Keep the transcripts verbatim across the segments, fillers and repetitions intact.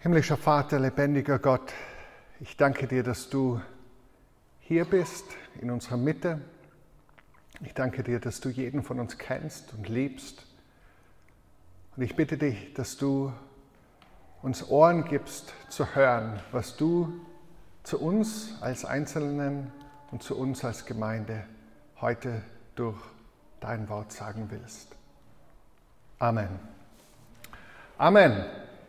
Himmlischer Vater, lebendiger Gott, ich danke dir, dass du hier bist, in unserer Mitte. Ich danke dir, dass du jeden von uns kennst und liebst. Und ich bitte dich, dass du uns Ohren gibst zu hören, was du zu uns als Einzelnen und zu uns als Gemeinde heute durch dein Wort sagen willst. Amen. Amen.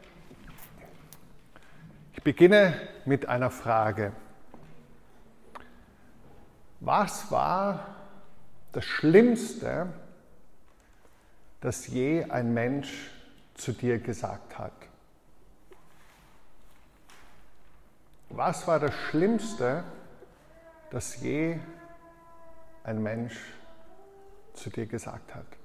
Ich beginne mit einer Frage. Was war das Schlimmste, das je ein Mensch zu dir gesagt hat? Was war das Schlimmste, das je ein Mensch zu dir gesagt hat?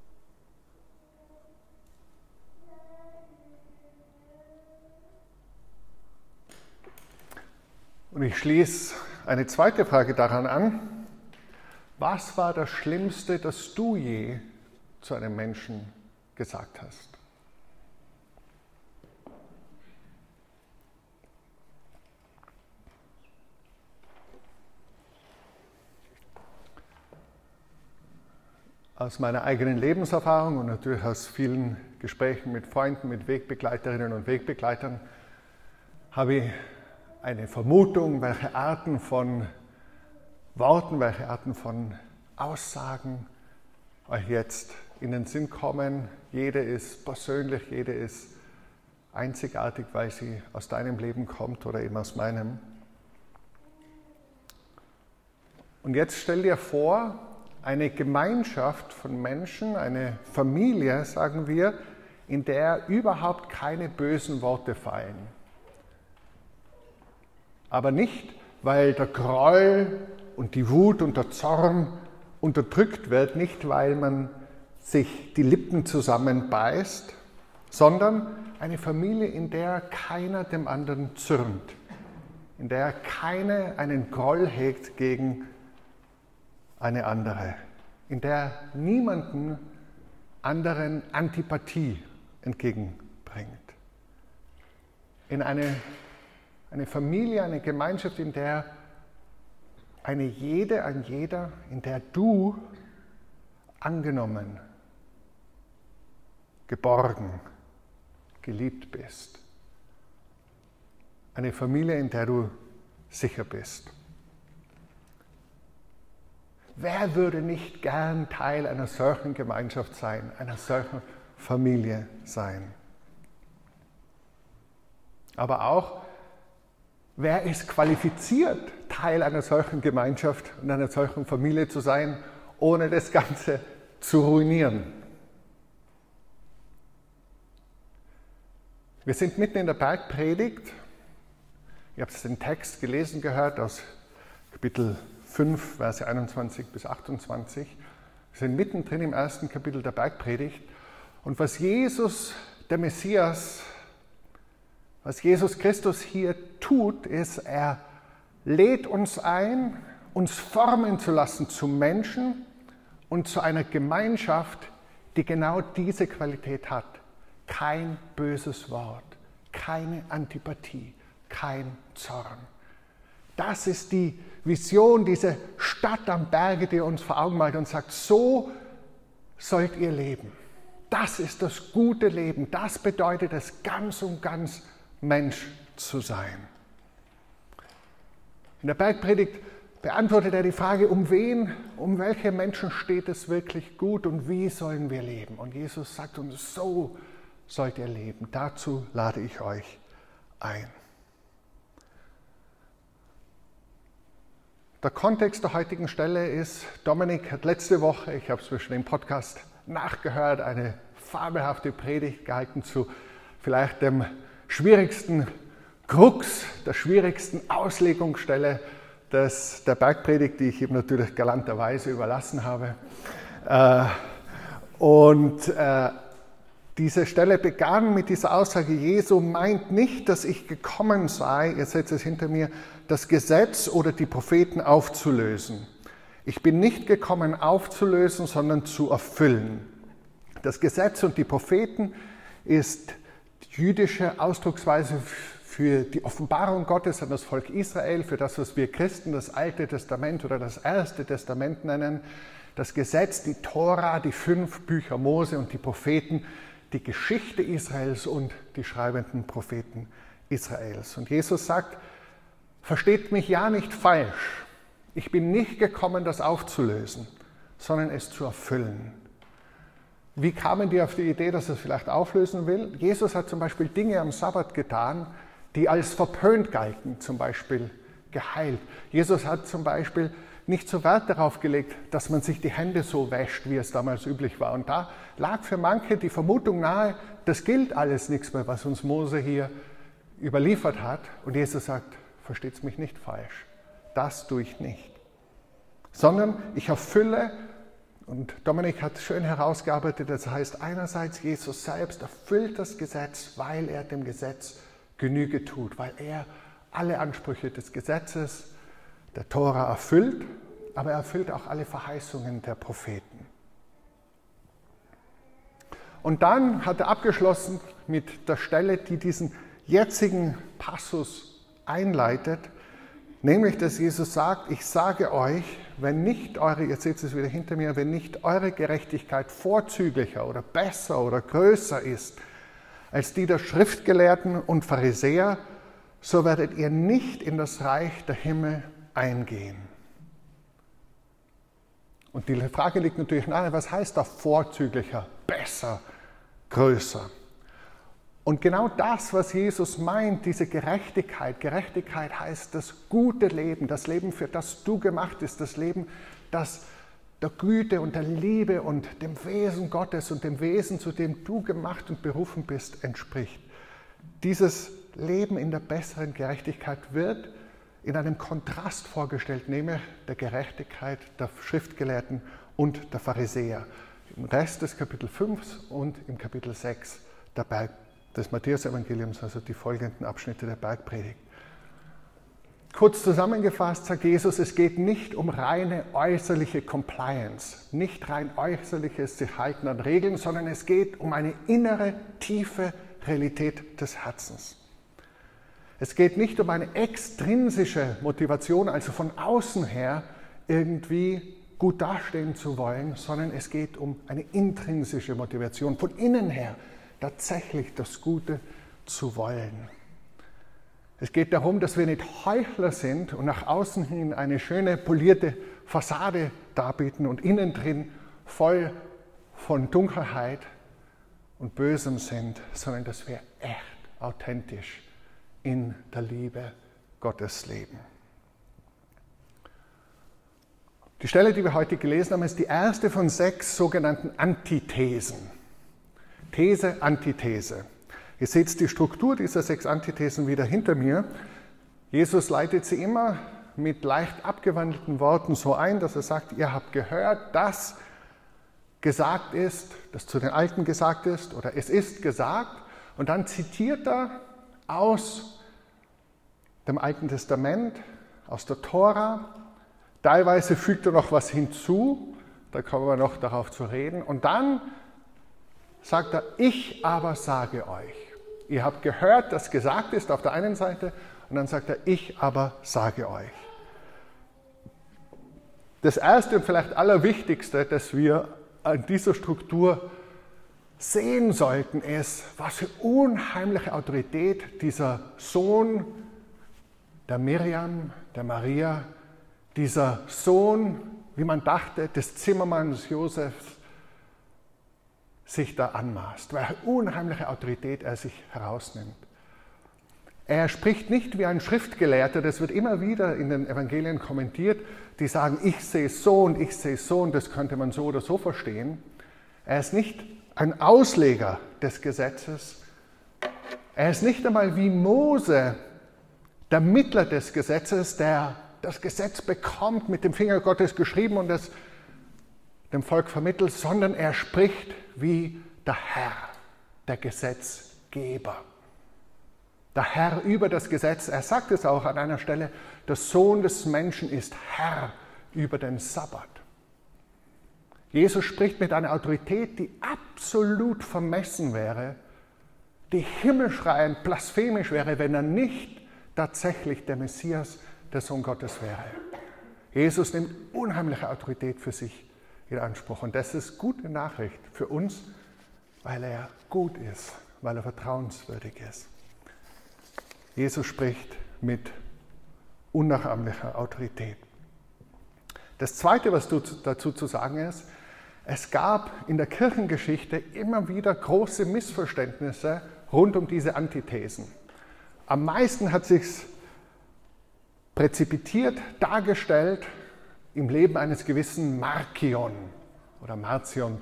Und ich schließe eine zweite Frage daran an. Was war das Schlimmste, das du je zu einem Menschen gesagt hast? Aus meiner eigenen Lebenserfahrung und natürlich aus vielen Gesprächen mit Freunden, mit Wegbegleiterinnen und Wegbegleitern habe ich eine Vermutung, welche Arten von Worten, welche Arten von Aussagen euch jetzt in den Sinn kommen. Jede ist persönlich, jede ist einzigartig, weil sie aus deinem Leben kommt oder eben aus meinem. Und jetzt stell dir vor, eine Gemeinschaft von Menschen, eine Familie, sagen wir, in der überhaupt keine bösen Worte fallen. Aber nicht, weil der Groll und die Wut und der Zorn unterdrückt wird, nicht weil man sich die Lippen zusammenbeißt, sondern eine Familie, in der keiner dem anderen zürnt, in der keiner einen Groll hegt gegen eine andere, in der niemanden anderen Antipathie entgegenbringt. In eine Eine Familie, eine Gemeinschaft, in der eine jede, ein jeder, in der du angenommen, geborgen, geliebt bist. Eine Familie, in der du sicher bist. Wer würde nicht gern Teil einer solchen Gemeinschaft sein, einer solchen Familie sein? Aber auch, wer ist qualifiziert, Teil einer solchen Gemeinschaft und einer solchen Familie zu sein, ohne das Ganze zu ruinieren? Wir sind mitten in der Bergpredigt. Ihr habt den Text gelesen gehört aus Kapitel fünf, Verse einundzwanzig bis achtundzwanzig. Wir sind mittendrin im ersten Kapitel der Bergpredigt. Und was Jesus, der Messias, Was Jesus Christus hier tut, ist, er lädt uns ein, uns formen zu lassen zu Menschen und zu einer Gemeinschaft, die genau diese Qualität hat. Kein böses Wort, keine Antipathie, kein Zorn. Das ist die Vision, diese Stadt am Berge, die uns vor Augen malt und sagt, so sollt ihr leben. Das ist das gute Leben. Das bedeutet es ganz und ganz Mensch zu sein. In der Bergpredigt beantwortet er die Frage, um wen, um welche Menschen steht es wirklich gut und wie sollen wir leben? Und Jesus sagt uns, so sollt ihr leben. Dazu lade ich euch ein. Der Kontext der heutigen Stelle ist, Dominik hat letzte Woche, ich habe es mir schon im Podcast nachgehört, eine fabelhafte Predigt gehalten zu vielleicht dem schwierigsten Krux, der schwierigsten Auslegungsstelle des, der Bergpredigt, die ich ihm natürlich galanterweise überlassen habe. Äh, und äh, diese Stelle begann mit dieser Aussage, Jesu meint nicht, dass ich gekommen sei, ihr seht es hinter mir, das Gesetz oder die Propheten aufzulösen. Ich bin nicht gekommen aufzulösen, sondern zu erfüllen. Das Gesetz und die Propheten ist die jüdische Ausdrucksweise für die Offenbarung Gottes an das Volk Israel, für das, was wir Christen das Alte Testament oder das Erste Testament nennen, das Gesetz, die Tora, die fünf Bücher Mose und die Propheten, die Geschichte Israels und die schreibenden Propheten Israels. Und Jesus sagt, versteht mich ja nicht falsch, ich bin nicht gekommen, das aufzulösen, sondern es zu erfüllen. Wie kamen die auf die Idee, dass er es vielleicht auflösen will? Jesus hat zum Beispiel Dinge am Sabbat getan, die als verpönt galten, zum Beispiel geheilt. Jesus hat zum Beispiel nicht so Wert darauf gelegt, dass man sich die Hände so wäscht, wie es damals üblich war. Und da lag für manche die Vermutung nahe, das gilt alles nichts mehr, was uns Mose hier überliefert hat. Und Jesus sagt, versteht's mich nicht falsch, das tue ich nicht. Sondern ich erfülle, und Dominik hat schön herausgearbeitet, das heißt einerseits, Jesus selbst erfüllt das Gesetz, weil er dem Gesetz Genüge tut, weil er alle Ansprüche des Gesetzes, der Tora erfüllt, aber er erfüllt auch alle Verheißungen der Propheten. Und dann hat er abgeschlossen mit der Stelle, die diesen jetzigen Passus einleitet, nämlich, dass Jesus sagt, ich sage euch, wenn nicht eure, jetzt seht ihr es wieder hinter mir, wenn nicht eure Gerechtigkeit vorzüglicher oder besser oder größer ist als die der Schriftgelehrten und Pharisäer, so werdet ihr nicht in das Reich der Himmel eingehen. Und die Frage liegt natürlich nahe, was heißt da vorzüglicher, besser, größer? Und genau das, was Jesus meint, diese Gerechtigkeit, Gerechtigkeit heißt das gute Leben, das Leben, für das du gemacht bist, das Leben, das der Güte und der Liebe und dem Wesen Gottes und dem Wesen, zu dem du gemacht und berufen bist, entspricht. Dieses Leben in der besseren Gerechtigkeit wird in einem Kontrast vorgestellt, nämlich der Gerechtigkeit der Schriftgelehrten und der Pharisäer. Im Rest des Kapitel fünf und im Kapitel sechs der Berg, des Matthäus-Evangeliums, also die folgenden Abschnitte der Bergpredigt. Kurz zusammengefasst sagt Jesus, es geht nicht um reine äußerliche Compliance, nicht rein äußerliches sich halten an Regeln, sondern es geht um eine innere, tiefe Realität des Herzens. Es geht nicht um eine extrinsische Motivation, also von außen her irgendwie gut dastehen zu wollen, sondern es geht um eine intrinsische Motivation, von innen her tatsächlich das Gute zu wollen. Es geht darum, dass wir nicht Heuchler sind und nach außen hin eine schöne polierte Fassade darbieten und innen drin voll von Dunkelheit und Bösem sind, sondern dass wir echt authentisch in der Liebe Gottes leben. Die Stelle, die wir heute gelesen haben, ist die erste von sechs sogenannten Antithesen. These, Antithese. Ihr seht die Struktur dieser sechs Antithesen wieder hinter mir. Jesus leitet sie immer mit leicht abgewandelten Worten so ein, dass er sagt, ihr habt gehört, dass gesagt ist, dass zu den Alten gesagt ist oder es ist gesagt. Und dann zitiert er aus dem Alten Testament, aus der Tora. Teilweise fügt er noch was hinzu, da kommen wir noch darauf zu reden. Und dann sagt er, ich aber sage euch. Ihr habt gehört, dass gesagt ist auf der einen Seite und dann sagt er, ich aber sage euch. Das Erste und vielleicht Allerwichtigste, das wir an dieser Struktur sehen sollten, ist, was für unheimliche Autorität dieser Sohn der Miriam, der Maria, dieser Sohn, wie man dachte, des Zimmermanns Josefs, sich da anmaßt, welche unheimliche Autorität er sich herausnimmt. Er spricht nicht wie ein Schriftgelehrter, das wird immer wieder in den Evangelien kommentiert, die sagen, ich sehe es so und ich sehe es so und das könnte man so oder so verstehen. Er ist nicht ein Ausleger des Gesetzes, er ist nicht einmal wie Mose, der Mittler des Gesetzes, der das Gesetz bekommt, mit dem Finger Gottes geschrieben und es dem Volk vermittelt, sondern er spricht wie der Herr, der Gesetzgeber. Der Herr über das Gesetz, er sagt es auch an einer Stelle, der Sohn des Menschen ist Herr über den Sabbat. Jesus spricht mit einer Autorität, die absolut vermessen wäre, die himmelschreiend blasphemisch wäre, wenn er nicht tatsächlich der Messias, der Sohn Gottes wäre. Jesus nimmt unheimliche Autorität für sich in Anspruch. Und das ist gute Nachricht für uns, weil er gut ist, weil er vertrauenswürdig ist. Jesus spricht mit unnachahmlicher Autorität. Das Zweite, was dazu zu sagen ist, es gab in der Kirchengeschichte immer wieder große Missverständnisse rund um diese Antithesen. Am meisten hat sich's präzipitiert dargestellt im Leben eines gewissen Markion oder Marcion,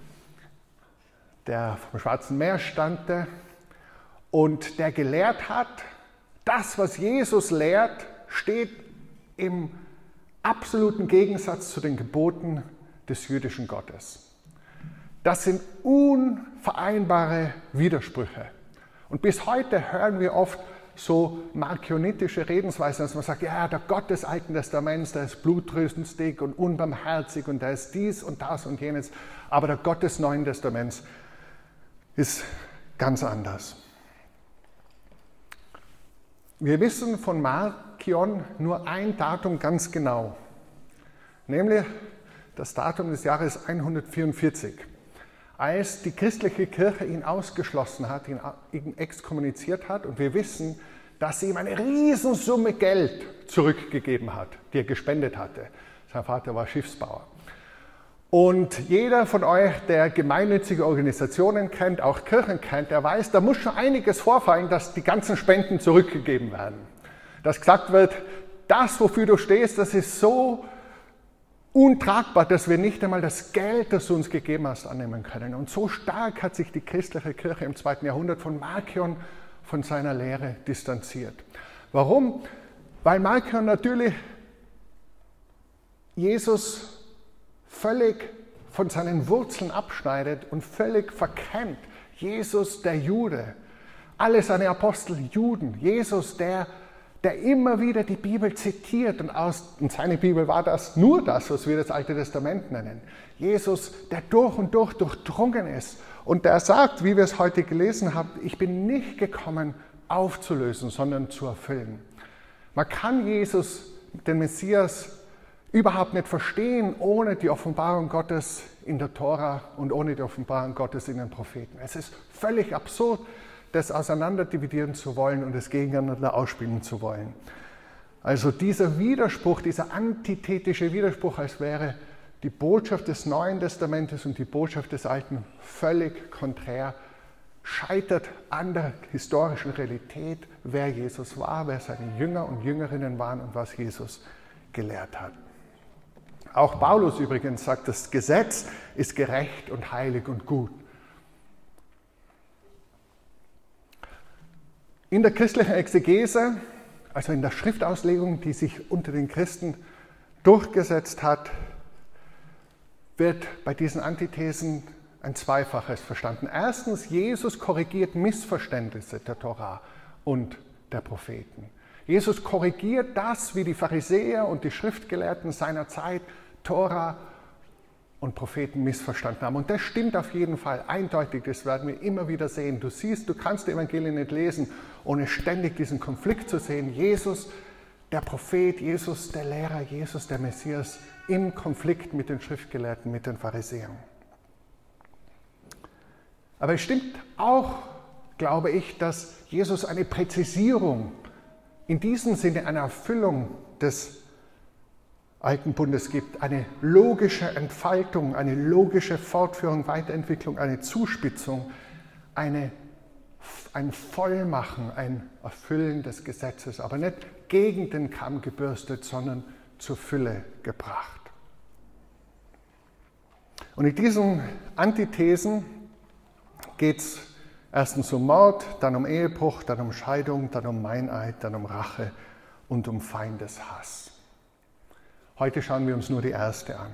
der vom Schwarzen Meer stammte und der gelehrt hat, das, was Jesus lehrt, steht im absoluten Gegensatz zu den Geboten des jüdischen Gottes. Das sind unvereinbare Widersprüche. Und bis heute hören wir oft so markionitische Redensweisen, dass man sagt, ja, der Gott des Alten Testaments, der ist blutrünstig und unbarmherzig und der ist dies und das und jenes, aber der Gott des Neuen Testaments ist ganz anders. Wir wissen von Markion nur ein Datum ganz genau, nämlich das Datum des Jahres hundertvierundvierzig, als die christliche Kirche ihn ausgeschlossen hat, ihn exkommuniziert hat, und wir wissen, dass sie ihm eine Riesensumme Geld zurückgegeben hat, die er gespendet hatte. Sein Vater war Schiffsbauer. Und jeder von euch, der gemeinnützige Organisationen kennt, auch Kirchen kennt, der weiß, da muss schon einiges vorfallen, dass die ganzen Spenden zurückgegeben werden. Dass gesagt wird, das, wofür du stehst, das ist so untragbar, dass wir nicht einmal das Geld, das du uns gegeben hast, annehmen können. Und so stark hat sich die christliche Kirche im zweiten Jahrhundert von Markion, von seiner Lehre distanziert. Warum? Weil Markion natürlich Jesus völlig von seinen Wurzeln abschneidet und völlig verkennt. Jesus, der Jude, alle seine Apostel Juden, Jesus, der, der immer wieder die Bibel zitiert, und, aus, und seine Bibel war das nur das, was wir das Alte Testament nennen. Jesus, der durch und durch durchdrungen ist und der sagt, wie wir es heute gelesen haben, ich bin nicht gekommen, aufzulösen, sondern zu erfüllen. Man kann Jesus, den Messias, überhaupt nicht verstehen ohne die Offenbarung Gottes in der Tora und ohne die Offenbarung Gottes in den Propheten. Es ist völlig absurd, das auseinanderdividieren zu wollen und es gegeneinander ausspielen zu wollen. Also dieser Widerspruch, dieser antithetische Widerspruch, als wäre die Botschaft des Neuen Testamentes und die Botschaft des Alten völlig konträr, scheitert an der historischen Realität, wer Jesus war, wer seine Jünger und Jüngerinnen waren und was Jesus gelehrt hat. Auch Paulus übrigens sagt, das Gesetz ist gerecht und heilig und gut. In der christlichen Exegese, also in der Schriftauslegung, die sich unter den Christen durchgesetzt hat, wird bei diesen Antithesen ein Zweifaches verstanden. Erstens, Jesus korrigiert Missverständnisse der Tora und der Propheten. Jesus korrigiert das, wie die Pharisäer und die Schriftgelehrten seiner Zeit Tora und Propheten missverstanden haben. Und das stimmt auf jeden Fall eindeutig, das werden wir immer wieder sehen. Du siehst, du kannst die Evangelien nicht lesen, ohne ständig diesen Konflikt zu sehen. Jesus, der Prophet, Jesus, der Lehrer, Jesus, der Messias, im Konflikt mit den Schriftgelehrten, mit den Pharisäern. Aber es stimmt auch, glaube ich, dass Jesus eine Präzisierung, in diesem Sinne eine Erfüllung des Alten Bundes gibt, eine logische Entfaltung, eine logische Fortführung, Weiterentwicklung, eine Zuspitzung, eine, ein Vollmachen, ein Erfüllen des Gesetzes, aber nicht gegen den Kamm gebürstet, sondern zur Fülle gebracht. Und in diesen Antithesen geht es erstens um Mord, dann um Ehebruch, dann um Scheidung, dann um Meineid, dann um Rache und um Feindeshass. Heute schauen wir uns nur die erste an.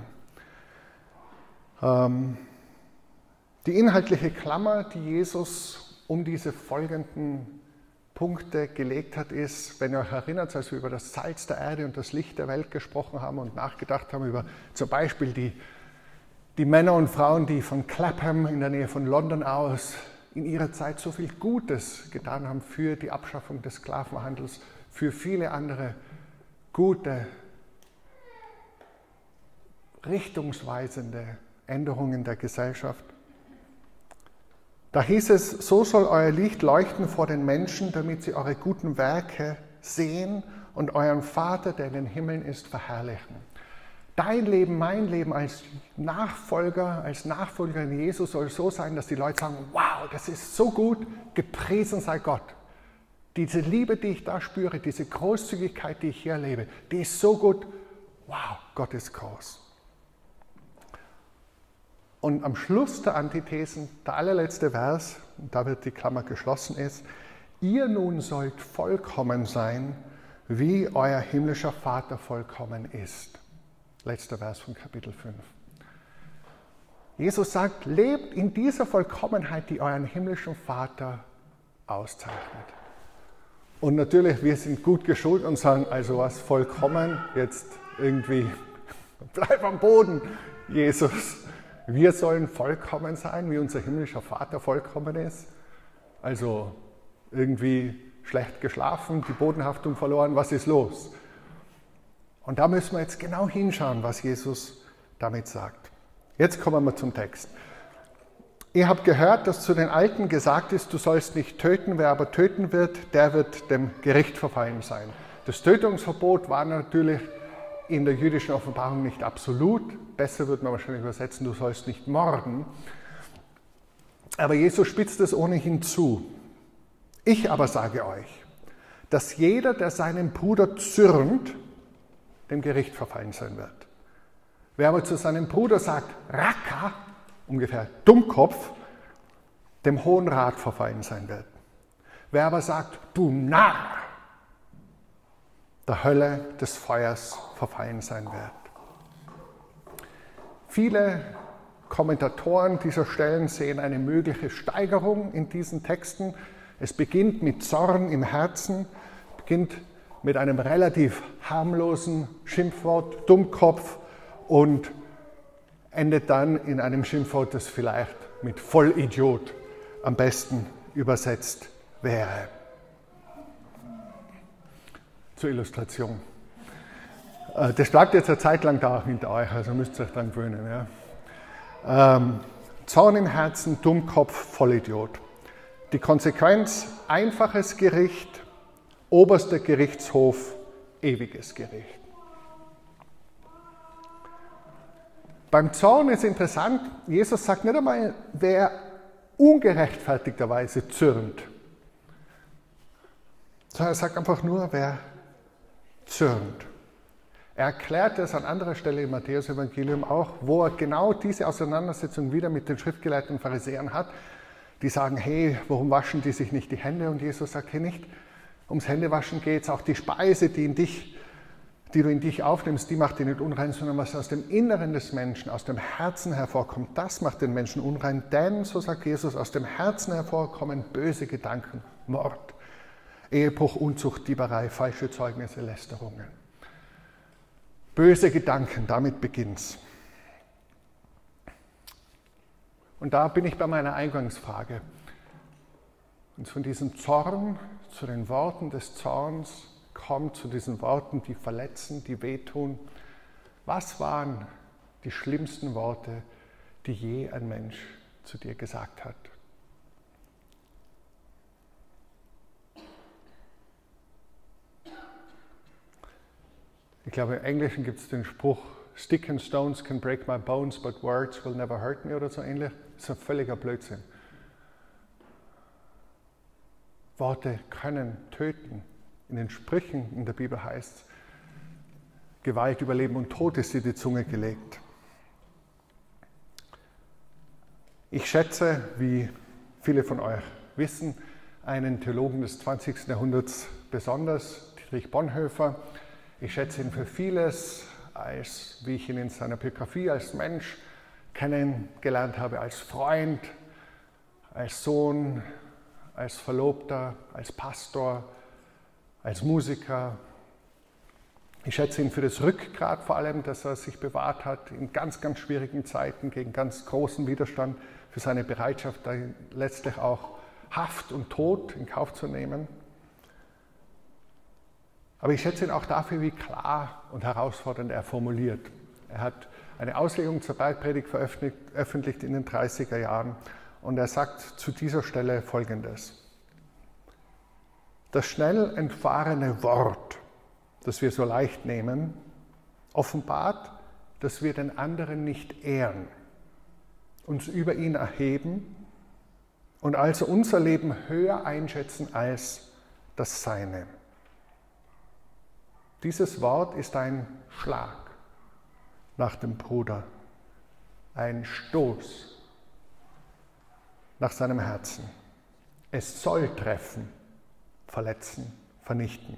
Ähm, die inhaltliche Klammer, die Jesus um diese folgenden Punkte gelegt hat, ist, wenn ihr euch erinnert, als wir über das Salz der Erde und das Licht der Welt gesprochen haben und nachgedacht haben über zum Beispiel die, die Männer und Frauen, die von Clapham in der Nähe von London aus in ihrer Zeit so viel Gutes getan haben für die Abschaffung des Sklavenhandels, für viele andere gute, richtungsweisende Änderungen der Gesellschaft. Da hieß es, so soll euer Licht leuchten vor den Menschen, damit sie eure guten Werke sehen und euren Vater, der in den Himmeln ist, verherrlichen. Dein Leben, mein Leben als Nachfolger, als Nachfolger in Jesus soll so sein, dass die Leute sagen, wow, das ist so gut, gepriesen sei Gott. Diese Liebe, die ich da spüre, diese Großzügigkeit, die ich hier erlebe, die ist so gut, wow, Gott ist groß. Und am Schluss der Antithesen, der allerletzte Vers, da wird die Klammer geschlossen ist, ihr nun sollt vollkommen sein, wie euer himmlischer Vater vollkommen ist. Letzter Vers von Kapitel fünf. Jesus sagt, lebt in dieser Vollkommenheit, die euren himmlischen Vater auszeichnet. Und natürlich, wir sind gut geschult und sagen, also was vollkommen, jetzt irgendwie, bleib am Boden, Jesus. Wir sollen vollkommen sein, wie unser himmlischer Vater vollkommen ist. Also irgendwie schlecht geschlafen, die Bodenhaftung verloren, was ist los? Und da müssen wir jetzt genau hinschauen, was Jesus damit sagt. Jetzt kommen wir zum Text. Ihr habt gehört, dass zu den Alten gesagt ist, du sollst nicht töten, wer aber töten wird, der wird dem Gericht verfallen sein. Das Tötungsverbot war natürlich in der jüdischen Offenbarung nicht absolut. Besser würde man wahrscheinlich übersetzen, du sollst nicht morden. Aber Jesus spitzt es ohnehin zu. Ich aber sage euch, dass jeder, der seinen Bruder zürnt, dem Gericht verfallen sein wird. Wer aber zu seinem Bruder sagt, Raka, ungefähr Dummkopf, dem Hohen Rat verfallen sein wird. Wer aber sagt, du Narr, der Hölle des Feuers verfallen sein wird. Viele Kommentatoren dieser Stellen sehen eine mögliche Steigerung in diesen Texten. Es beginnt mit Zorn im Herzen, beginnt mit einem relativ harmlosen Schimpfwort, Dummkopf, und endet dann in einem Schimpfwort, das vielleicht mit Vollidiot am besten übersetzt wäre. Zur Illustration. Das bleibt jetzt eine Zeit lang da hinter euch, also müsst ihr euch dran gewöhnen. Ja. Ähm, Zorn im Herzen, Dummkopf, Vollidiot. Die Konsequenz, einfaches Gericht, oberster Gerichtshof, ewiges Gericht. Beim Zorn ist interessant, Jesus sagt nicht einmal, wer ungerechtfertigterweise zürnt, sondern er sagt einfach nur, wer zürnt. Er erklärt es an anderer Stelle im Matthäus-Evangelium auch, wo er genau diese Auseinandersetzung wieder mit den Schriftgelehrten und Pharisäern hat, die sagen, hey, warum waschen die sich nicht die Hände? Und Jesus sagt, hey, nicht ums Händewaschen geht es, auch die Speise, die, in dich, die du in dich aufnimmst, die macht dich nicht unrein, sondern was aus dem Inneren des Menschen, aus dem Herzen hervorkommt, das macht den Menschen unrein. Denn, so sagt Jesus, aus dem Herzen hervorkommen böse Gedanken, Mord, Ehebruch, Unzucht, Dieberei, falsche Zeugnisse, Lästerungen. Böse Gedanken, damit beginnt's. Und da bin ich bei meiner Eingangsfrage. Und von diesem Zorn zu den Worten des Zorns kommt, zu diesen Worten, die verletzen, die wehtun. Was waren die schlimmsten Worte, die je ein Mensch zu dir gesagt hat? Ich glaube, im Englischen gibt es den Spruch, Stick and stones can break my bones, but words will never hurt me oder so ähnlich. Das ist ein völliger Blödsinn. Worte können töten. In den Sprüchen in der Bibel heißt es, Gewalt über Leben und Tod ist dir die Zunge gelegt. Ich schätze, wie viele von euch wissen, einen Theologen des zwanzigsten Jahrhunderts besonders, Dietrich Bonhoeffer. Ich schätze ihn für vieles, als, wie ich ihn in seiner Biografie als Mensch kennengelernt habe, als Freund, als Sohn, als Verlobter, als Pastor, als Musiker. Ich schätze ihn für das Rückgrat vor allem, dass er sich bewahrt hat in ganz, ganz schwierigen Zeiten gegen ganz großen Widerstand, für seine Bereitschaft, da letztlich auch Haft und Tod in Kauf zu nehmen. Aber ich schätze ihn auch dafür, wie klar und herausfordernd er formuliert. Er hat eine Auslegung zur Bergpredigt veröffentlicht in den dreißiger Jahren und er sagt zu dieser Stelle Folgendes: Das schnell entfahrene Wort, das wir so leicht nehmen, offenbart, dass wir den anderen nicht ehren, uns über ihn erheben und also unser Leben höher einschätzen als das Seine. Dieses Wort ist ein Schlag nach dem Bruder, ein Stoß nach seinem Herzen. Es soll treffen, verletzen, vernichten.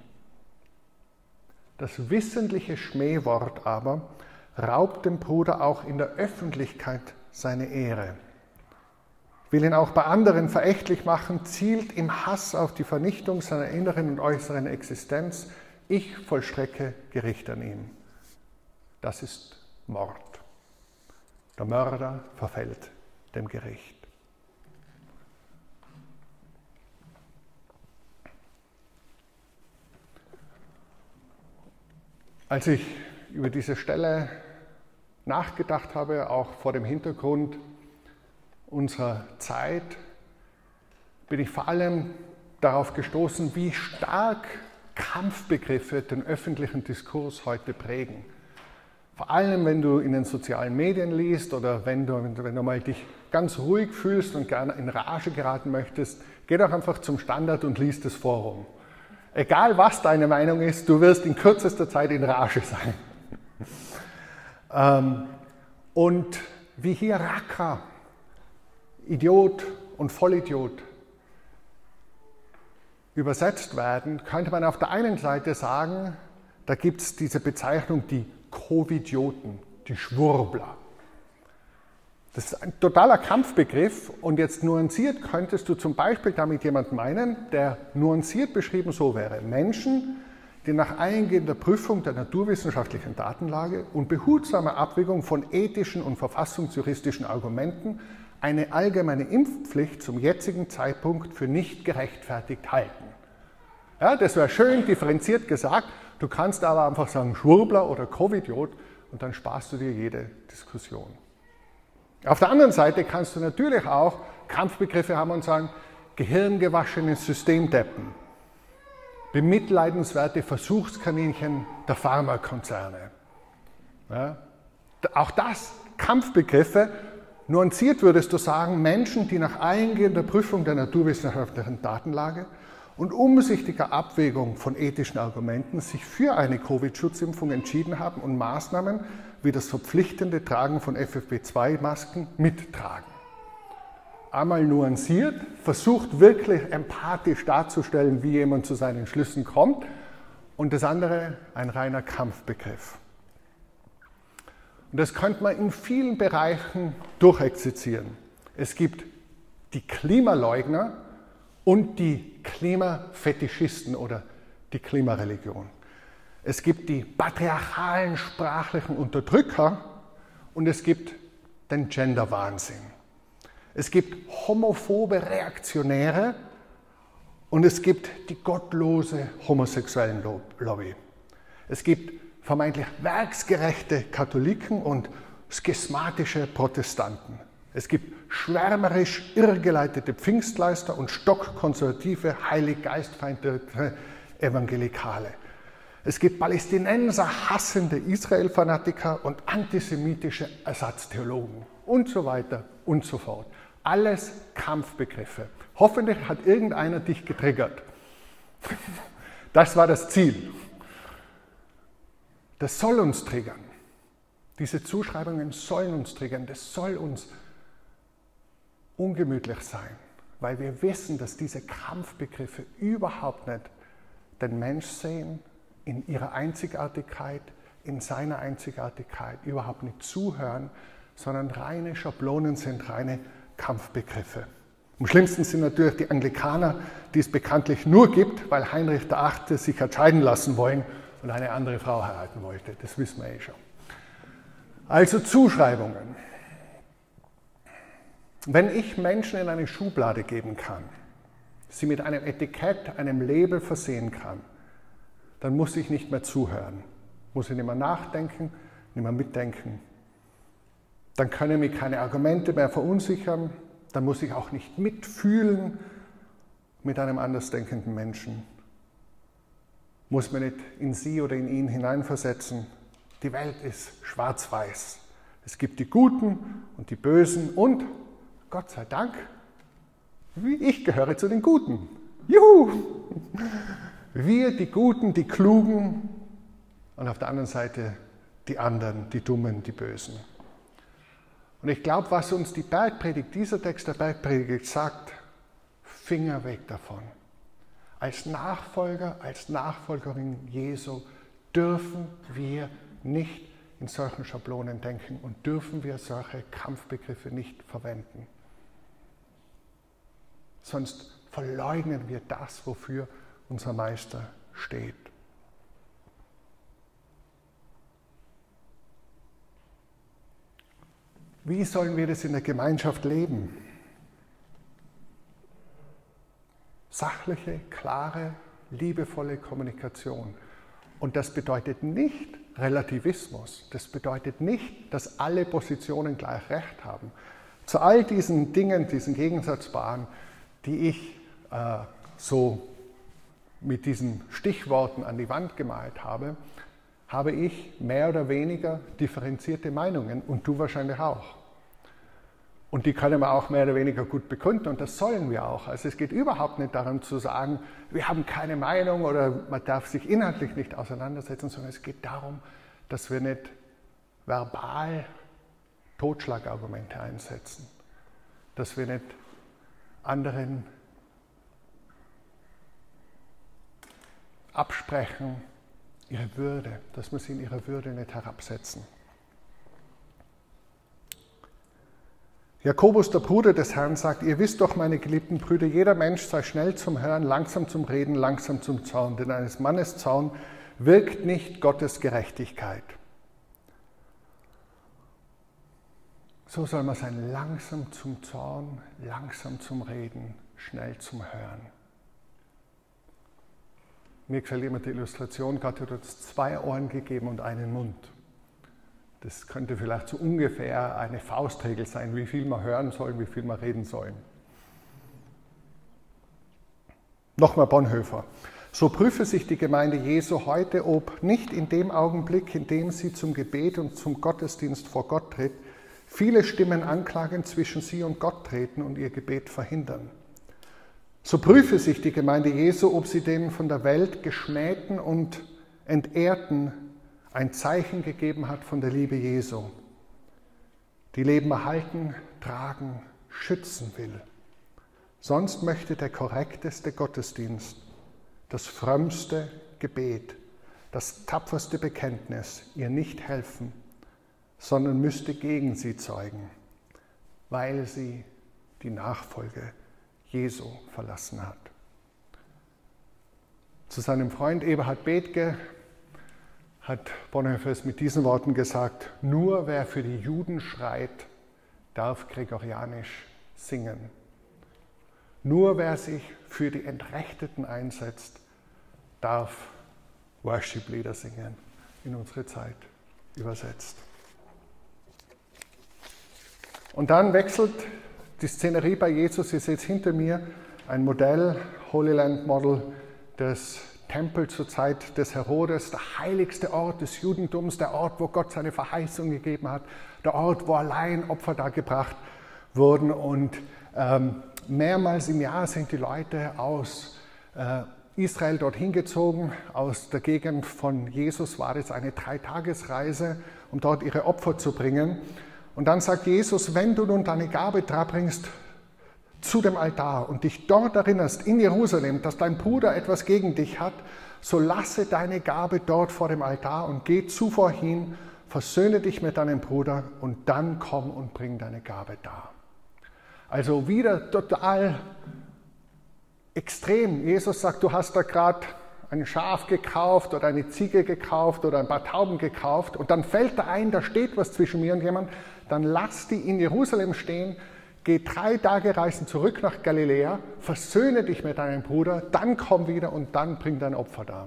Das wissentliche Schmähwort aber raubt dem Bruder auch in der Öffentlichkeit seine Ehre, will ihn auch bei anderen verächtlich machen, zielt im Hass auf die Vernichtung seiner inneren und äußeren Existenz. Ich vollstrecke Gericht an ihm. Das ist Mord. Der Mörder verfällt dem Gericht. Als ich über diese Stelle nachgedacht habe, auch vor dem Hintergrund unserer Zeit, bin ich vor allem darauf gestoßen, wie stark Kampfbegriffe den öffentlichen Diskurs heute prägen. Vor allem, wenn du in den sozialen Medien liest oder wenn du, wenn du, wenn du mal dich ganz ruhig fühlst und gerne in Rage geraten möchtest, geh doch einfach zum Standard und lies das Forum. Egal was deine Meinung ist, du wirst in kürzester Zeit in Rage sein. ähm, und wie hier Racker, Idiot und Vollidiot übersetzt werden, könnte man auf der einen Seite sagen, da gibt es diese Bezeichnung, die Covidioten, die Schwurbler. Das ist ein totaler Kampfbegriff und jetzt nuanciert könntest du zum Beispiel damit jemanden meinen, der nuanciert beschrieben so wäre: Menschen, die nach eingehender Prüfung der naturwissenschaftlichen Datenlage und behutsamer Abwägung von ethischen und verfassungsjuristischen Argumenten eine allgemeine Impfpflicht zum jetzigen Zeitpunkt für nicht gerechtfertigt halten. Ja, das wäre schön differenziert gesagt, du kannst aber einfach sagen Schwurbler oder Covidiot und dann sparst du dir jede Diskussion. Auf der anderen Seite kannst du natürlich auch Kampfbegriffe haben und sagen, gehirngewaschene Systemdeppen, bemitleidenswerte Versuchskaninchen der Pharmakonzerne. Ja, auch das Kampfbegriffe. Nuanciert würdest du sagen, Menschen, die nach eingehender Prüfung der naturwissenschaftlichen Datenlage und umsichtiger Abwägung von ethischen Argumenten sich für eine Covid-Schutzimpfung entschieden haben und Maßnahmen wie das verpflichtende Tragen von F F P zwei Masken mittragen. Einmal nuanciert, versucht wirklich empathisch darzustellen, wie jemand zu seinen Schlüssen kommt, und das andere ein reiner Kampfbegriff. Und das könnte man in vielen Bereichen durchexerzieren. Es gibt die Klimaleugner und die Klimafetischisten oder die Klimareligion. Es gibt die patriarchalen sprachlichen Unterdrücker und es gibt den Genderwahnsinn. Es gibt homophobe Reaktionäre und es gibt die gottlose homosexuellen Lobby. Es gibt vermeintlich werksgerechte Katholiken und schismatische Protestanten. Es gibt schwärmerisch irrgeleitete Pfingstleister und stockkonservative, heiliggeistfeindliche Evangelikale. Es gibt Palästinenser hassende Israel-Fanatiker und antisemitische Ersatztheologen und so weiter und so fort. Alles Kampfbegriffe. Hoffentlich hat irgendeiner dich getriggert. Das war das Ziel. Das soll uns triggern. Diese Zuschreibungen sollen uns triggern. Das soll uns ungemütlich sein, weil wir wissen, dass diese Kampfbegriffe überhaupt nicht den Mensch sehen, in ihrer Einzigartigkeit, in seiner Einzigartigkeit, überhaupt nicht zuhören, sondern reine Schablonen sind, reine Kampfbegriffe. Am schlimmsten sind natürlich die Anglikaner, die es bekanntlich nur gibt, weil Heinrich der Achte sich hat scheiden lassen wollen und eine andere Frau heiraten wollte. Das wissen wir eh schon. Also Zuschreibungen. Wenn ich Menschen in eine Schublade geben kann, sie mit einem Etikett, einem Label versehen kann, dann muss ich nicht mehr zuhören, muss ich nicht mehr nachdenken, nicht mehr mitdenken. Dann können mich keine Argumente mehr verunsichern, dann muss ich auch nicht mitfühlen mit einem andersdenkenden Menschen, muss man nicht in sie oder in ihn hineinversetzen. Die Welt ist schwarz-weiß. Es gibt die Guten und die Bösen und, Gott sei Dank, ich gehöre zu den Guten. Juhu! Wir, die Guten, die Klugen und auf der anderen Seite die anderen, die Dummen, die Bösen. Und ich glaube, was uns die Bergpredigt, dieser Text der Bergpredigt sagt, Finger weg davon. Als Nachfolger, als Nachfolgerin Jesu dürfen wir nicht in solchen Schablonen denken und dürfen wir solche Kampfbegriffe nicht verwenden. Sonst verleugnen wir das, wofür unser Meister steht. Wie sollen wir das in der Gemeinschaft leben? Sachliche, klare, liebevolle Kommunikation. Und das bedeutet nicht Relativismus. Das bedeutet nicht, dass alle Positionen gleich Recht haben. Zu all diesen Dingen, diesen Gegensatzpaaren, die ich äh, so mit diesen Stichworten an die Wand gemalt habe, habe ich mehr oder weniger differenzierte Meinungen und du wahrscheinlich auch. Und die können wir auch mehr oder weniger gut begründen und das sollen wir auch. Also es geht überhaupt nicht darum zu sagen, wir haben keine Meinung oder man darf sich inhaltlich nicht auseinandersetzen, sondern es geht darum, dass wir nicht verbal Totschlagargumente einsetzen, dass wir nicht anderen absprechen ihre Würde, dass wir sie in ihrer Würde nicht herabsetzen. Jakobus, der Bruder des Herrn, sagt, ihr wisst doch, meine geliebten Brüder, jeder Mensch sei schnell zum Hören, langsam zum Reden, langsam zum Zorn, denn eines Mannes Zorn wirkt nicht Gottes Gerechtigkeit. So soll man sein, langsam zum Zorn, langsam zum Reden, schnell zum Hören. Mir gefällt immer die Illustration, Gott hat uns zwei Ohren gegeben und einen Mund. Das könnte vielleicht so ungefähr eine Faustregel sein, wie viel wir hören sollen, wie viel wir reden sollen. Nochmal Bonhoeffer. So prüfe sich die Gemeinde Jesu heute, ob nicht in dem Augenblick, in dem sie zum Gebet und zum Gottesdienst vor Gott tritt, viele Stimmen anklagen zwischen sie und Gott treten und ihr Gebet verhindern. So prüfe sich die Gemeinde Jesu, ob sie den von der Welt geschmähten und entehrten ein Zeichen gegeben hat von der Liebe Jesu, die Leben erhalten, tragen, schützen will. Sonst möchte der korrekteste Gottesdienst, das frömmste Gebet, das tapferste Bekenntnis ihr nicht helfen, sondern müsste gegen sie zeugen, weil sie die Nachfolge Jesu verlassen hat. Zu seinem Freund Eberhard Bethge hat Bonhoeffer es mit diesen Worten gesagt, nur wer für die Juden schreit, darf gregorianisch singen. Nur wer sich für die Entrechteten einsetzt, darf Worship-Lieder singen, in unsere Zeit übersetzt. Und dann wechselt die Szenerie bei Jesus. Ihr seht hinter mir ein Modell, Holy Land Model des Tempel zur Zeit des Herodes, der heiligste Ort des Judentums, der Ort, wo Gott seine Verheißung gegeben hat, der Ort, wo allein Opfer dargebracht wurden. Und ähm, mehrmals im Jahr sind die Leute aus äh, Israel dorthin gezogen. Aus der Gegend von Jesus war es eine Dreitagesreise, um dort ihre Opfer zu bringen. Und dann sagt Jesus, wenn du nun deine Gabe darbringst zu dem Altar und dich dort erinnerst, in Jerusalem, dass dein Bruder etwas gegen dich hat, so lasse deine Gabe dort vor dem Altar und geh zuvor hin, versöhne dich mit deinem Bruder und dann komm und bring deine Gabe dar. Also wieder total extrem. Jesus sagt, du hast da gerade ein Schaf gekauft oder eine Ziege gekauft oder ein paar Tauben gekauft und dann fällt da ein, da steht was zwischen mir und jemand, dann lass die in Jerusalem stehen, geh drei Tage reisen zurück nach Galiläa, versöhne dich mit deinem Bruder, dann komm wieder und dann bring dein Opfer dar.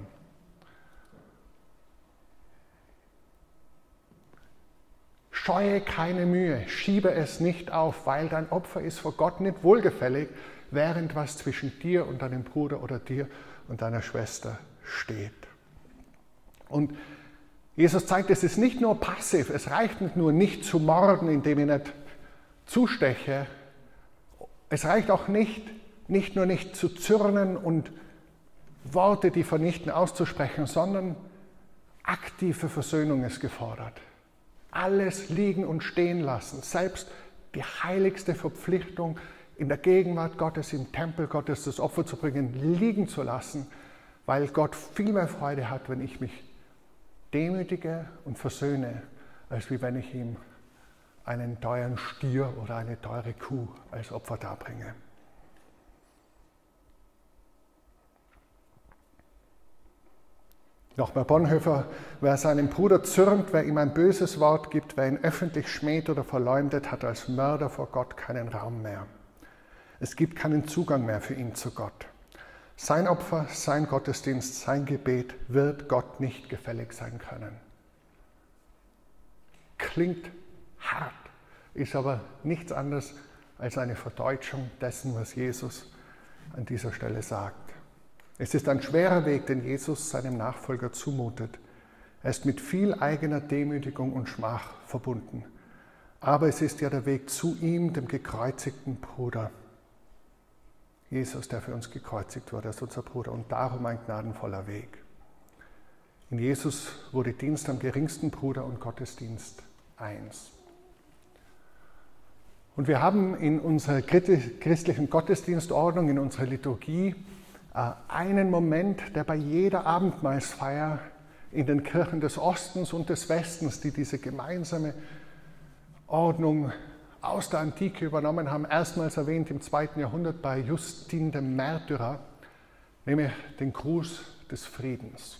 Scheue keine Mühe, schiebe es nicht auf, weil dein Opfer ist vor Gott nicht wohlgefällig, während was zwischen dir und deinem Bruder oder dir und deiner Schwester steht. Und Jesus zeigt, es ist nicht nur passiv, es reicht nicht nur nicht zu morden, indem ich nicht zusteche. Es reicht auch nicht, nicht nur nicht zu zürnen und Worte, die vernichten, auszusprechen, sondern aktive Versöhnung ist gefordert. Alles liegen und stehen lassen, selbst die heiligste Verpflichtung, in der Gegenwart Gottes, im Tempel Gottes das Opfer zu bringen, liegen zu lassen, weil Gott viel mehr Freude hat, wenn ich mich demütige und versöhne, als wie wenn ich ihm einen teuren Stier oder eine teure Kuh als Opfer darbringe. Nochmal Bonhoeffer, wer seinem Bruder zürnt, wer ihm ein böses Wort gibt, wer ihn öffentlich schmäht oder verleumdet, hat als Mörder vor Gott keinen Raum mehr. Es gibt keinen Zugang mehr für ihn zu Gott. Sein Opfer, sein Gottesdienst, sein Gebet wird Gott nicht gefällig sein können. Klingt hart, ist aber nichts anderes als eine Verdeutschung dessen, was Jesus an dieser Stelle sagt. Es ist ein schwerer Weg, den Jesus seinem Nachfolger zumutet. Er ist mit viel eigener Demütigung und Schmach verbunden. Aber es ist ja der Weg zu ihm, dem gekreuzigten Bruder. Jesus, der für uns gekreuzigt wurde, ist unser Bruder und darum ein gnadenvoller Weg. In Jesus wurde Dienst am geringsten Bruder und Gottesdienst eins. Und wir haben in unserer christlichen Gottesdienstordnung, in unserer Liturgie, einen Moment, der bei jeder Abendmahlsfeier in den Kirchen des Ostens und des Westens, die diese gemeinsame Ordnung aus der Antike übernommen haben, erstmals erwähnt im zweiten Jahrhundert bei Justin dem Märtyrer, nämlich den Gruß des Friedens.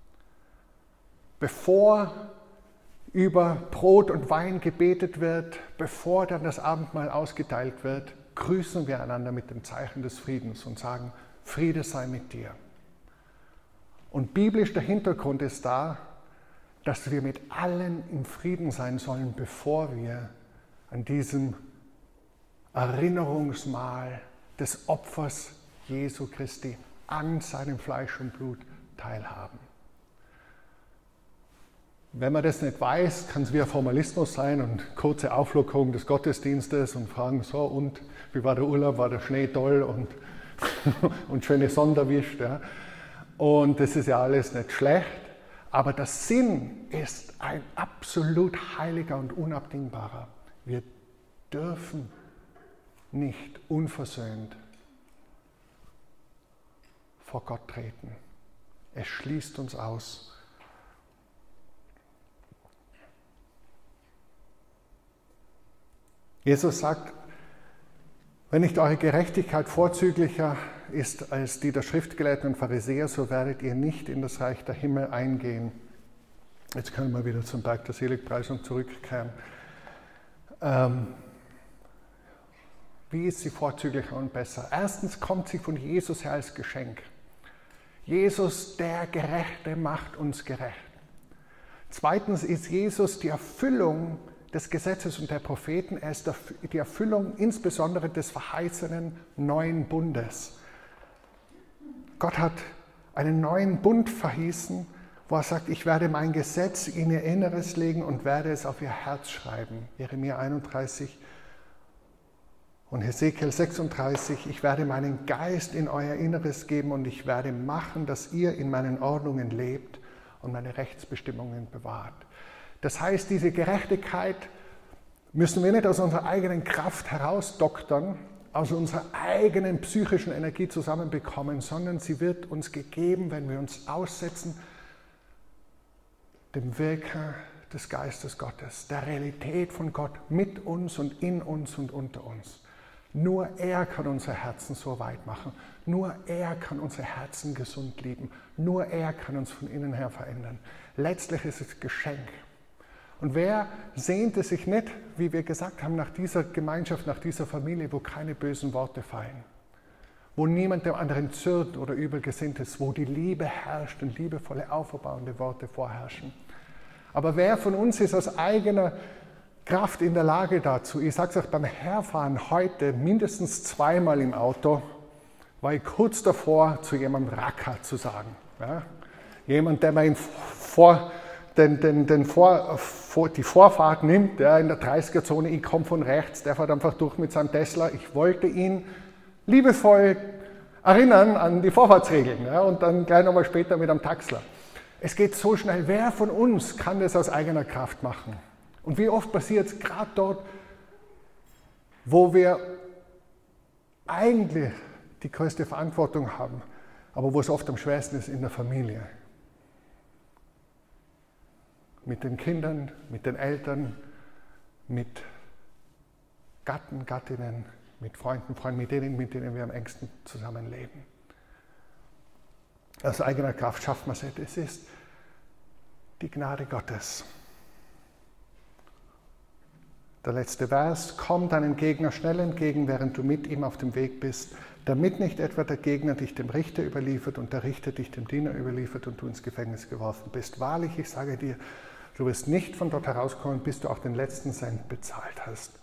Bevor über Brot und Wein gebetet wird, bevor dann das Abendmahl ausgeteilt wird, grüßen wir einander mit dem Zeichen des Friedens und sagen, Friede sei mit dir. Und biblisch der Hintergrund ist da, dass wir mit allen im Frieden sein sollen, bevor wir an diesem Erinnerungsmahl des Opfers Jesu Christi an seinem Fleisch und Blut teilhaben. Wenn man das nicht weiß, kann es wie ein Formalismus sein und kurze Auflockerung des Gottesdienstes und fragen, so und, wie war der Urlaub, war der Schnee toll und, und schöne Sonne erwischt. Ja. Und das ist ja alles nicht schlecht, aber der Sinn ist ein absolut heiliger und unabdingbarer. Wir dürfen nicht unversöhnt vor Gott treten. Es schließt uns aus. Jesus sagt, wenn nicht eure Gerechtigkeit vorzüglicher ist als die der Schriftgelehrten und Pharisäer, so werdet ihr nicht in das Reich der Himmel eingehen. Jetzt können wir wieder zum Berg der Seligpreisung zurückkehren. Ähm, wie ist sie vorzüglicher und besser? Erstens kommt sie von Jesus her als Geschenk. Jesus, der Gerechte, macht uns gerecht. Zweitens ist Jesus die Erfüllung des Gesetzes und der Propheten. Er ist die Erfüllung insbesondere des verheißenen neuen Bundes. Gott hat einen neuen Bund verheißen, wo er sagt, ich werde mein Gesetz in ihr Inneres legen und werde es auf ihr Herz schreiben. Jeremia einunddreißig und Hesekiel sechsunddreißig, ich werde meinen Geist in euer Inneres geben und ich werde machen, dass ihr in meinen Ordnungen lebt und meine Rechtsbestimmungen bewahrt. Das heißt, diese Gerechtigkeit müssen wir nicht aus unserer eigenen Kraft herausdoktern, aus unserer eigenen psychischen Energie zusammenbekommen, sondern sie wird uns gegeben, wenn wir uns aussetzen dem Wirken des Geistes Gottes, der Realität von Gott mit uns und in uns und unter uns. Nur er kann unsere Herzen so weit machen. Nur er kann unsere Herzen gesund lieben. Nur er kann uns von innen her verändern. Letztlich ist es Geschenk. Und wer sehnte sich nicht, wie wir gesagt haben, nach dieser Gemeinschaft, nach dieser Familie, wo keine bösen Worte fallen, wo niemand dem anderen zürnt oder übel gesinnt ist, wo die Liebe herrscht und liebevolle, auferbauende Worte vorherrschen. Aber wer von uns ist aus eigener Kraft in der Lage dazu? Ich sage es euch beim Herfahren heute mindestens zweimal im Auto, war ich kurz davor, zu jemandem Racker zu sagen. Ja? Jemand, der mir vor, den, den, den vor, vor, die Vorfahrt nimmt, ja, in der dreißiger-Zone, ich komme von rechts, der fährt einfach durch mit seinem Tesla. Ich wollte ihn liebevoll erinnern an die Vorfahrtsregeln, ja, und dann gleich nochmal später mit einem Taxler. Es geht so schnell. Wer von uns kann das aus eigener Kraft machen? Und wie oft passiert es gerade dort, wo wir eigentlich die größte Verantwortung haben, aber wo es oft am schwersten ist, in der Familie. Mit den Kindern, mit den Eltern, mit Gatten, Gattinnen, mit Freunden, Freunden, mit denen, mit denen wir am engsten zusammenleben. Aus eigener Kraft schafft man es nicht. Es ist die Gnade Gottes. Der letzte Vers: Komm deinem Gegner schnell entgegen, während du mit ihm auf dem Weg bist, damit nicht etwa der Gegner dich dem Richter überliefert und der Richter dich dem Diener überliefert und du ins Gefängnis geworfen bist. Wahrlich, ich sage dir, du wirst nicht von dort herauskommen, bis du auch den letzten Cent bezahlt hast.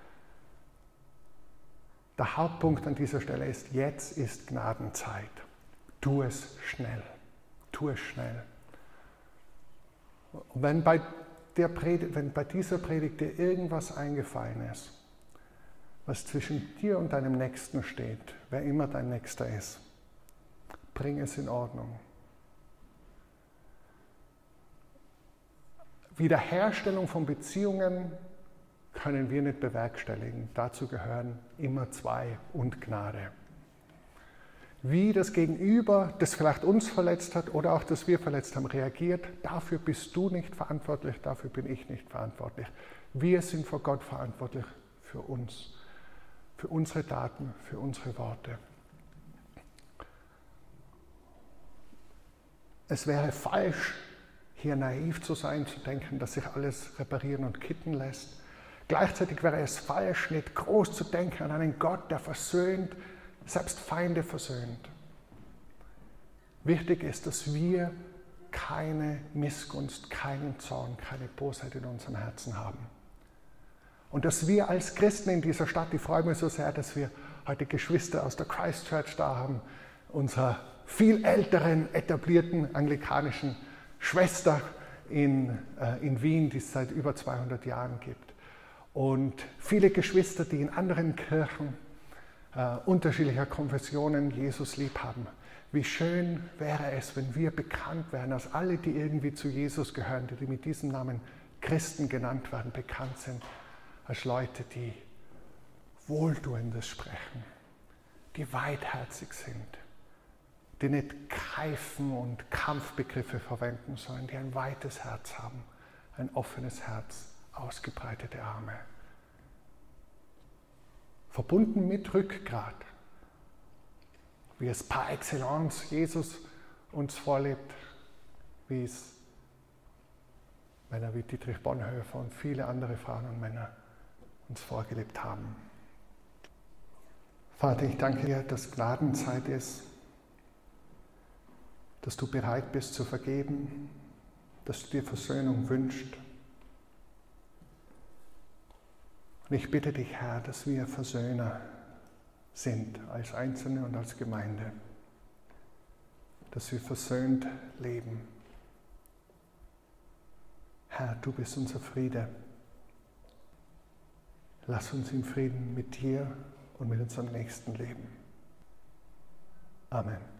Der Hauptpunkt an dieser Stelle ist, jetzt ist Gnadenzeit. Tu es schnell. Tu es schnell. Und wenn bei Der Predigt, wenn bei dieser Predigt dir irgendwas eingefallen ist, was zwischen dir und deinem Nächsten steht, wer immer dein Nächster ist, bring es in Ordnung. Wiederherstellung von Beziehungen können wir nicht bewerkstelligen. Dazu gehören immer zwei und Gnade. Wie das Gegenüber, das vielleicht uns verletzt hat oder auch das wir verletzt haben, reagiert, dafür bist du nicht verantwortlich, dafür bin ich nicht verantwortlich. Wir sind vor Gott verantwortlich für uns, für unsere Taten, für unsere Worte. Es wäre falsch, hier naiv zu sein, zu denken, dass sich alles reparieren und kitten lässt. Gleichzeitig wäre es falsch, nicht groß zu denken an einen Gott, der versöhnt, selbst Feinde versöhnt. Wichtig ist, dass wir keine Missgunst, keinen Zorn, keine Bosheit in unserem Herzen haben. Und dass wir als Christen in dieser Stadt, ich freue mich so sehr, dass wir heute Geschwister aus der Christ Church da haben, unserer viel älteren, etablierten anglikanischen Schwester in, äh, in Wien, die es seit über zweihundert Jahren gibt. Und viele Geschwister, die in anderen Kirchen Uh, unterschiedlicher Konfessionen Jesus lieb haben. Wie schön wäre es, wenn wir bekannt wären, als alle, die irgendwie zu Jesus gehören, die mit diesem Namen Christen genannt werden, bekannt sind, als Leute, die Wohltuendes sprechen, die weitherzig sind, die nicht Keifen und Kampfbegriffe verwenden, sondern die ein weites Herz haben, ein offenes Herz, ausgebreitete Arme. Verbunden mit Rückgrat, wie es par excellence Jesus uns vorlebt, wie es Männer wie Dietrich Bonhoeffer und viele andere Frauen und Männer uns vorgelebt haben. Vater, ich danke dir, dass Gnadenzeit ist, dass du bereit bist zu vergeben, dass du dir Versöhnung wünschst. Und ich bitte dich, Herr, dass wir Versöhner sind, als Einzelne und als Gemeinde. Dass wir versöhnt leben. Herr, du bist unser Friede. Lass uns in Frieden mit dir und mit unserem Nächsten leben. Amen.